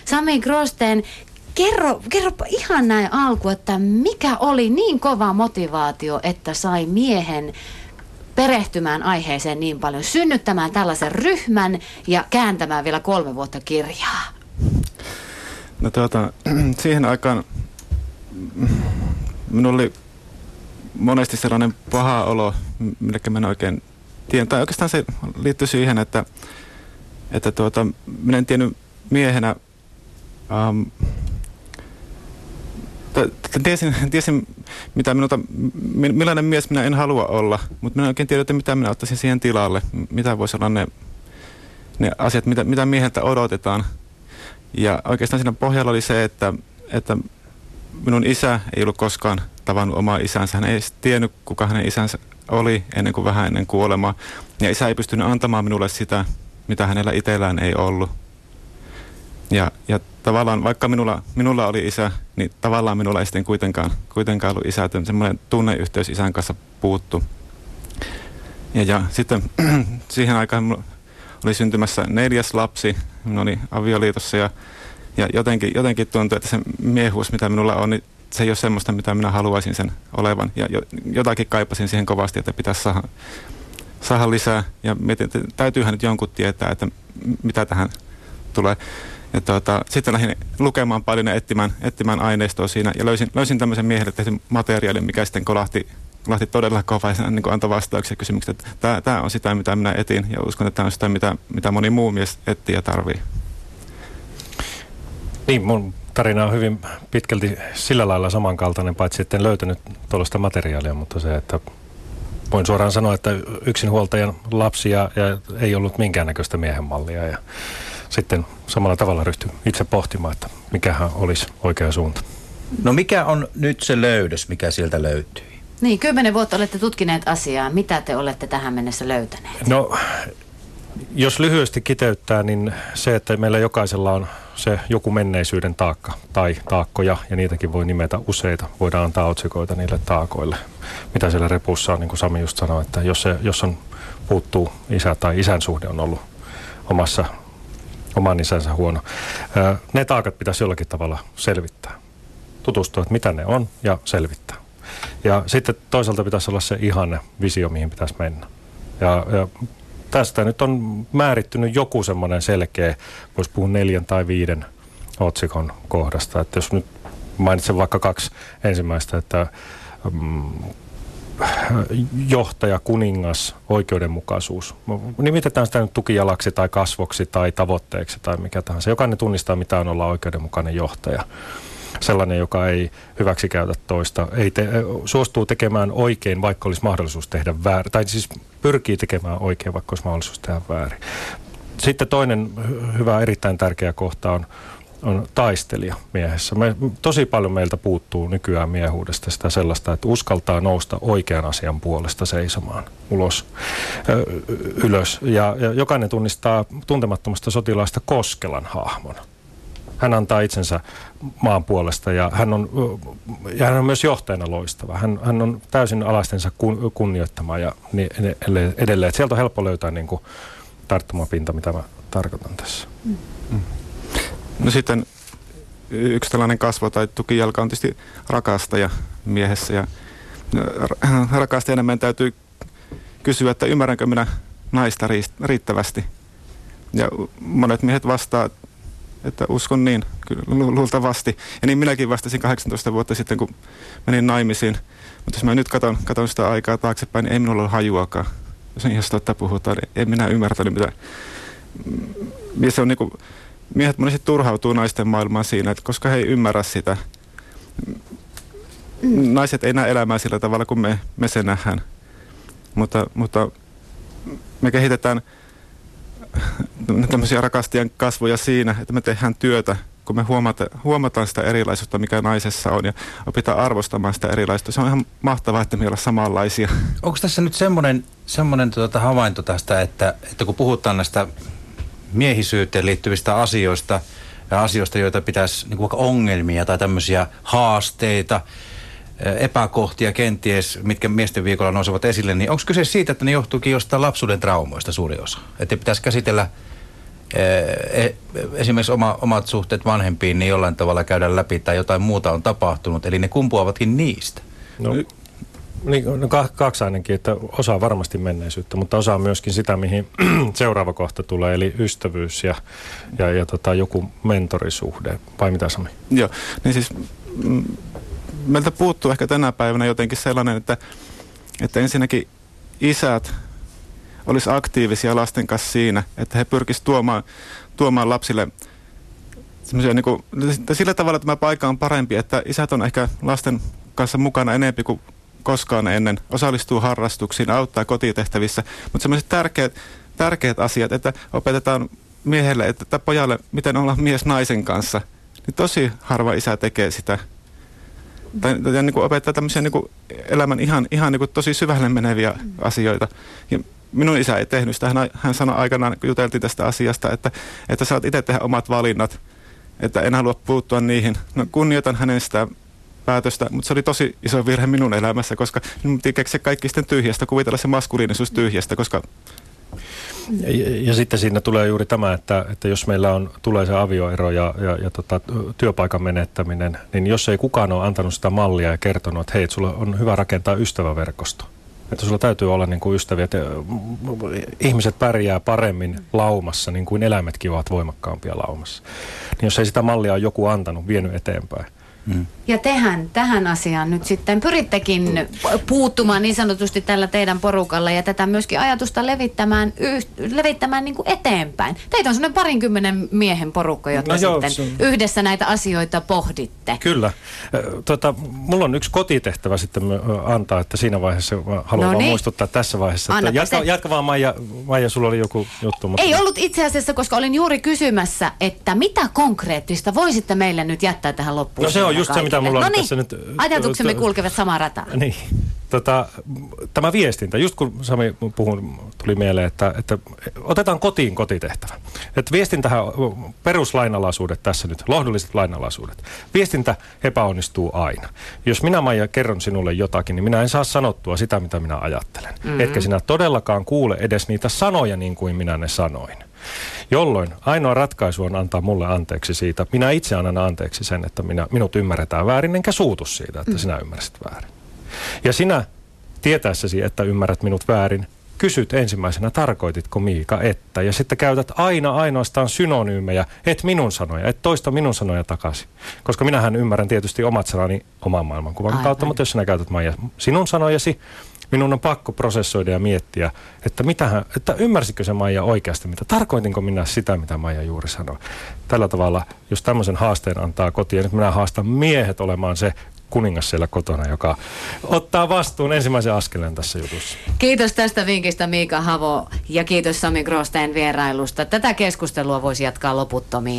Sami Grosten, kerropa ihan näin alku, että mikä oli niin kova motivaatio, että sai miehen perehtymään aiheeseen niin paljon, synnyttämään tällaisen ryhmän ja kääntämään vielä 3 vuotta kirjaa? No siihen aikaan minulla oli monesti sellainen paha olo, minnekä mä en oikein tiedän. Tai oikeastaan se liittyy siihen, että minä en tiennyt miehenä, tiesin millainen mies minä en halua olla, mutta minä en oikein tiedä, että mitä minä ottaisin siihen tilalle. Mitä voisi olla ne asiat, mitä mieheltä odotetaan. Ja oikeastaan siinä pohjalla oli se, että minun isä ei ollut koskaan tavannut omaa isänsä. Hän ei edes tiennyt, kuka hänen isänsä oli vähän ennen kuolemaa. Ja isä ei pystynyt antamaan minulle sitä, mitä hänellä itsellään ei ollut. Ja tavallaan, vaikka minulla oli isä, niin tavallaan minulla ei sitten kuitenkaan ollut isä. Että semmoinen tunneyhteys isän kanssa puuttu. Ja sitten siihen aikaan minulla oli syntymässä 4. lapsi. Minä olin avioliitossa ja jotenkin tuntui, että se miehuus, mitä minulla on, niin se ei ole semmoista, mitä minä haluaisin sen olevan. Ja jotakin kaipasin siihen kovasti, että pitäisi saada lisää. Ja mietin, että täytyyhän nyt jonkun tietää, että mitä tähän tulee. Ja sitten lähdin lukemaan paljon ja etsimään aineistoa siinä. Ja löysin tämmöisen miehelle tehdyn materiaalin, mikä sitten kolahti todella kovaa ja niin antoi vastauksia kysymyksiä, että tämä on sitä, mitä minä etin. Ja uskon, että tämä on sitä, mitä moni muu mies etsii ja tarvii. Niin, mun tarina on hyvin pitkälti sillä lailla samankaltainen, paitsi etten löytänyt tuollaista materiaalia, mutta se, että voin suoraan sanoa, että yksinhuoltajan lapsia ja ei ollut minkäännäköistä miehen mallia ja sitten samalla tavalla ryhtyi itse pohtimaan, että mikähän olisi oikea suunta. No mikä on nyt se löydös, mikä sieltä löytyy? Niin, 10 vuotta olette tutkineet asiaa. Mitä te olette tähän mennessä löytäneet? No, jos lyhyesti kiteyttää, niin se, että meillä jokaisella on se joku menneisyyden taakka tai taakkoja, ja niitäkin voi nimetä useita. Voidaan antaa otsikoita niille taakoille. Mitä siellä repussa on, niin kuin Sami just sanoi, että jos on puuttuu isä tai isän suhde on ollut oman isänsä huono. Ne taakat pitäisi jollakin tavalla selvittää. Tutustua, että mitä ne on ja selvittää. Ja sitten toisaalta pitäisi olla se ihanne visio, mihin pitäisi mennä. Ja tästä nyt on määrittynyt joku semmoinen selkeä, voisi puhua 4 tai 5 otsikon kohdasta. Että jos nyt mainitsen vaikka 2 ensimmäistä, että johtaja, kuningas, oikeudenmukaisuus. Nimitetään sitä nyt tukijalaksi tai kasvoksi tai tavoitteeksi tai mikä tahansa. Jokainen tunnistaa, mitä on olla oikeudenmukainen johtaja. Sellainen, joka ei hyväksikäytä toista, suostuu tekemään oikein, vaikka olisi mahdollisuus tehdä väärin. Tai siis pyrkii tekemään oikein, vaikka olisi mahdollisuus tehdä väärin. Sitten toinen hyvä, erittäin tärkeä kohta on taistelija miehessä. Tosi paljon meiltä puuttuu nykyään miehuudesta sitä sellaista, että uskaltaa nousta oikean asian puolesta seisomaan ylös. Ja jokainen tunnistaa tuntemattomasta sotilaasta Koskelan hahmon. Hän antaa itsensä maan puolesta ja hän on myös johtajana loistava. Hän on täysin alaistensa kunnioittama ja niin edelleen. Sieltä on helppo löytää niin kuin tarttumapinta, mitä mä tarkoitan tässä. No sitten yksi tällainen kasvo tai tukijalka on tietysti rakastaja miehessä. Ja rakastajana meidän täytyy kysyä, että ymmärränkö minä naista riittävästi. Ja monet miehet vastaa, että uskon niin, kyllä luultavasti. Ja niin minäkin vastasin 18 vuotta sitten, kun menin naimisiin. Mutta jos mä nyt katon sitä aikaa taaksepäin, niin ei minulla ole hajuakaan. Jos ihan totta puhutaan, niin en minä ymmärtänyt mitä. Ja se on niinku, miehet monesti turhautuu naisten maailmaan siinä, että koska he ei ymmärrä sitä. Naiset ei näe elämää sillä tavalla, kuin me se nähdään. Mutta me kehitetään tämmöisiä rakastajan kasvoja siinä, että me tehdään työtä, kun me huomataan sitä erilaisuutta, mikä naisessa on, ja opitaan arvostamaan sitä erilaisuutta. Se on ihan mahtavaa, että me ollaan samanlaisia. Onko tässä nyt semmoinen havainto tästä, että kun puhutaan näistä miehisyyteen liittyvistä asioista ja asioista, joita pitäisi, niin kuin vaikka ongelmia tai tämmöisiä haasteita, epäkohtia kenties, mitkä miesten viikolla nousevat esille, niin onko kyse siitä, että ne johtuukin jostain lapsuuden traumoista suuri osa? Että pitäisi käsitellä esimerkiksi omat suhteet vanhempiin niin jollain tavalla käydä läpi tai jotain muuta on tapahtunut, eli ne kumpuavatkin niistä. No, kaksi ainakin, että osa varmasti menneisyyttä, mutta osa myöskin sitä, mihin seuraava kohta tulee, eli ystävyys ja joku mentorisuhde, vai mitä Sami? Joo, niin siis meiltä puuttuu ehkä tänä päivänä jotenkin sellainen, että ensinnäkin isät olisi aktiivisia lasten kanssa siinä, että he pyrkisivät tuomaan lapsille semmoisia niin kuin, sillä tavalla tämä paikka on parempi, että isät on ehkä lasten kanssa mukana enemmän kuin koskaan ennen, osallistuu harrastuksiin, auttaa kotitehtävissä, mutta semmoiset tärkeät asiat, että opetetaan miehelle, että pojalle, miten olla mies naisen kanssa, niin tosi harva isä tekee sitä. Tai niin kuin opettaa tämmöisiä niin kuin elämän ihan niin kuin tosi syvälle meneviä asioita. Ja minun isä ei tehnyt sitä. Hän sanoi aikanaan, kun juteltiin tästä asiasta, että saat itse tehdä omat valinnat, että en halua puuttua niihin. No, kunnioitan hänen sitä päätöstä, mutta se oli tosi iso virhe minun elämässä, koska minun piti keksiä kaikki sitten tyhjästä, kuvitella se maskuliinisuus tyhjästä, koska... Ja sitten siinä tulee juuri tämä, että jos meillä tulee se avioero ja työpaikan menettäminen, niin jos ei kukaan ole antanut sitä mallia ja kertonut, että hei, sulla on hyvä rakentaa ystäväverkosto. Että sulla täytyy olla niin kuin ystäviä, että ihmiset pärjää paremmin laumassa, niin kuin eläimetkin ovat voimakkaampia laumassa. Niin jos ei sitä mallia ole joku antanut, vienyt eteenpäin. Ja tehän tähän asiaan nyt sitten pyrittekin puuttumaan niin sanotusti tällä teidän porukalla ja tätä myöskin ajatusta levittämään niin kuin eteenpäin. Teitä on semmoinen 20 miehen porukka, jotka yhdessä näitä asioita pohditte. Kyllä. Mulla on yksi kotitehtävä sitten antaa, että siinä vaiheessa haluan vaan muistuttaa tässä vaiheessa. Että jatka vaan Maija, sulla oli joku juttu. Mutta... Ei ollut itse asiassa, koska olin juuri kysymässä, että mitä konkreettista voisitte meille nyt jättää tähän loppuun. No se on just se, mitä mulla on tässä nyt... Ajatuksemme kulkevat samaa rataa. Niin. Tämä viestintä, just kun Sami tuli mieleen, että otetaan kotiin kotitehtävä. Että viestintähän, peruslainalaisuudet tässä nyt, lohdulliset lainalaisuudet. Viestintä epäonnistuu aina. Jos minä, Maija, kerron sinulle jotakin, niin minä en saa sanottua sitä, mitä minä ajattelen. Etkä sinä todellakaan kuule edes niitä sanoja niin kuin minä ne sanoin. Jolloin ainoa ratkaisu on antaa mulle anteeksi siitä. Minä itse annan anteeksi sen, että minut ymmärretään väärin, enkä suutu siitä, että sinä ymmärsit väärin. Ja sinä, tietäessäsi, että ymmärrät minut väärin, kysyt ensimmäisenä, tarkoititko Miika, että. Ja sitten käytät ainoastaan synonyymejä, et minun sanoja, et toista minun sanoja takaisin. Koska minähän ymmärrän tietysti omat sanani oman maailmankuvan kautta, mutta jos sinä käytät, Maija, sinun sanojasi, minun on pakko prosessoida ja miettiä, että ymmärsikö se Maija oikeasti, tarkoitinko minä sitä, mitä Maija juuri sanoi. Tällä tavalla, jos tämmöisen haasteen antaa kotiin, nyt minä haastan miehet olemaan se kuningas siellä kotona, joka ottaa vastuun ensimmäisen askeleen tässä jutussa. Kiitos tästä vinkistä Miika Havo ja kiitos Sami Grosteen vierailusta. Tätä keskustelua voisi jatkaa loputtomiin.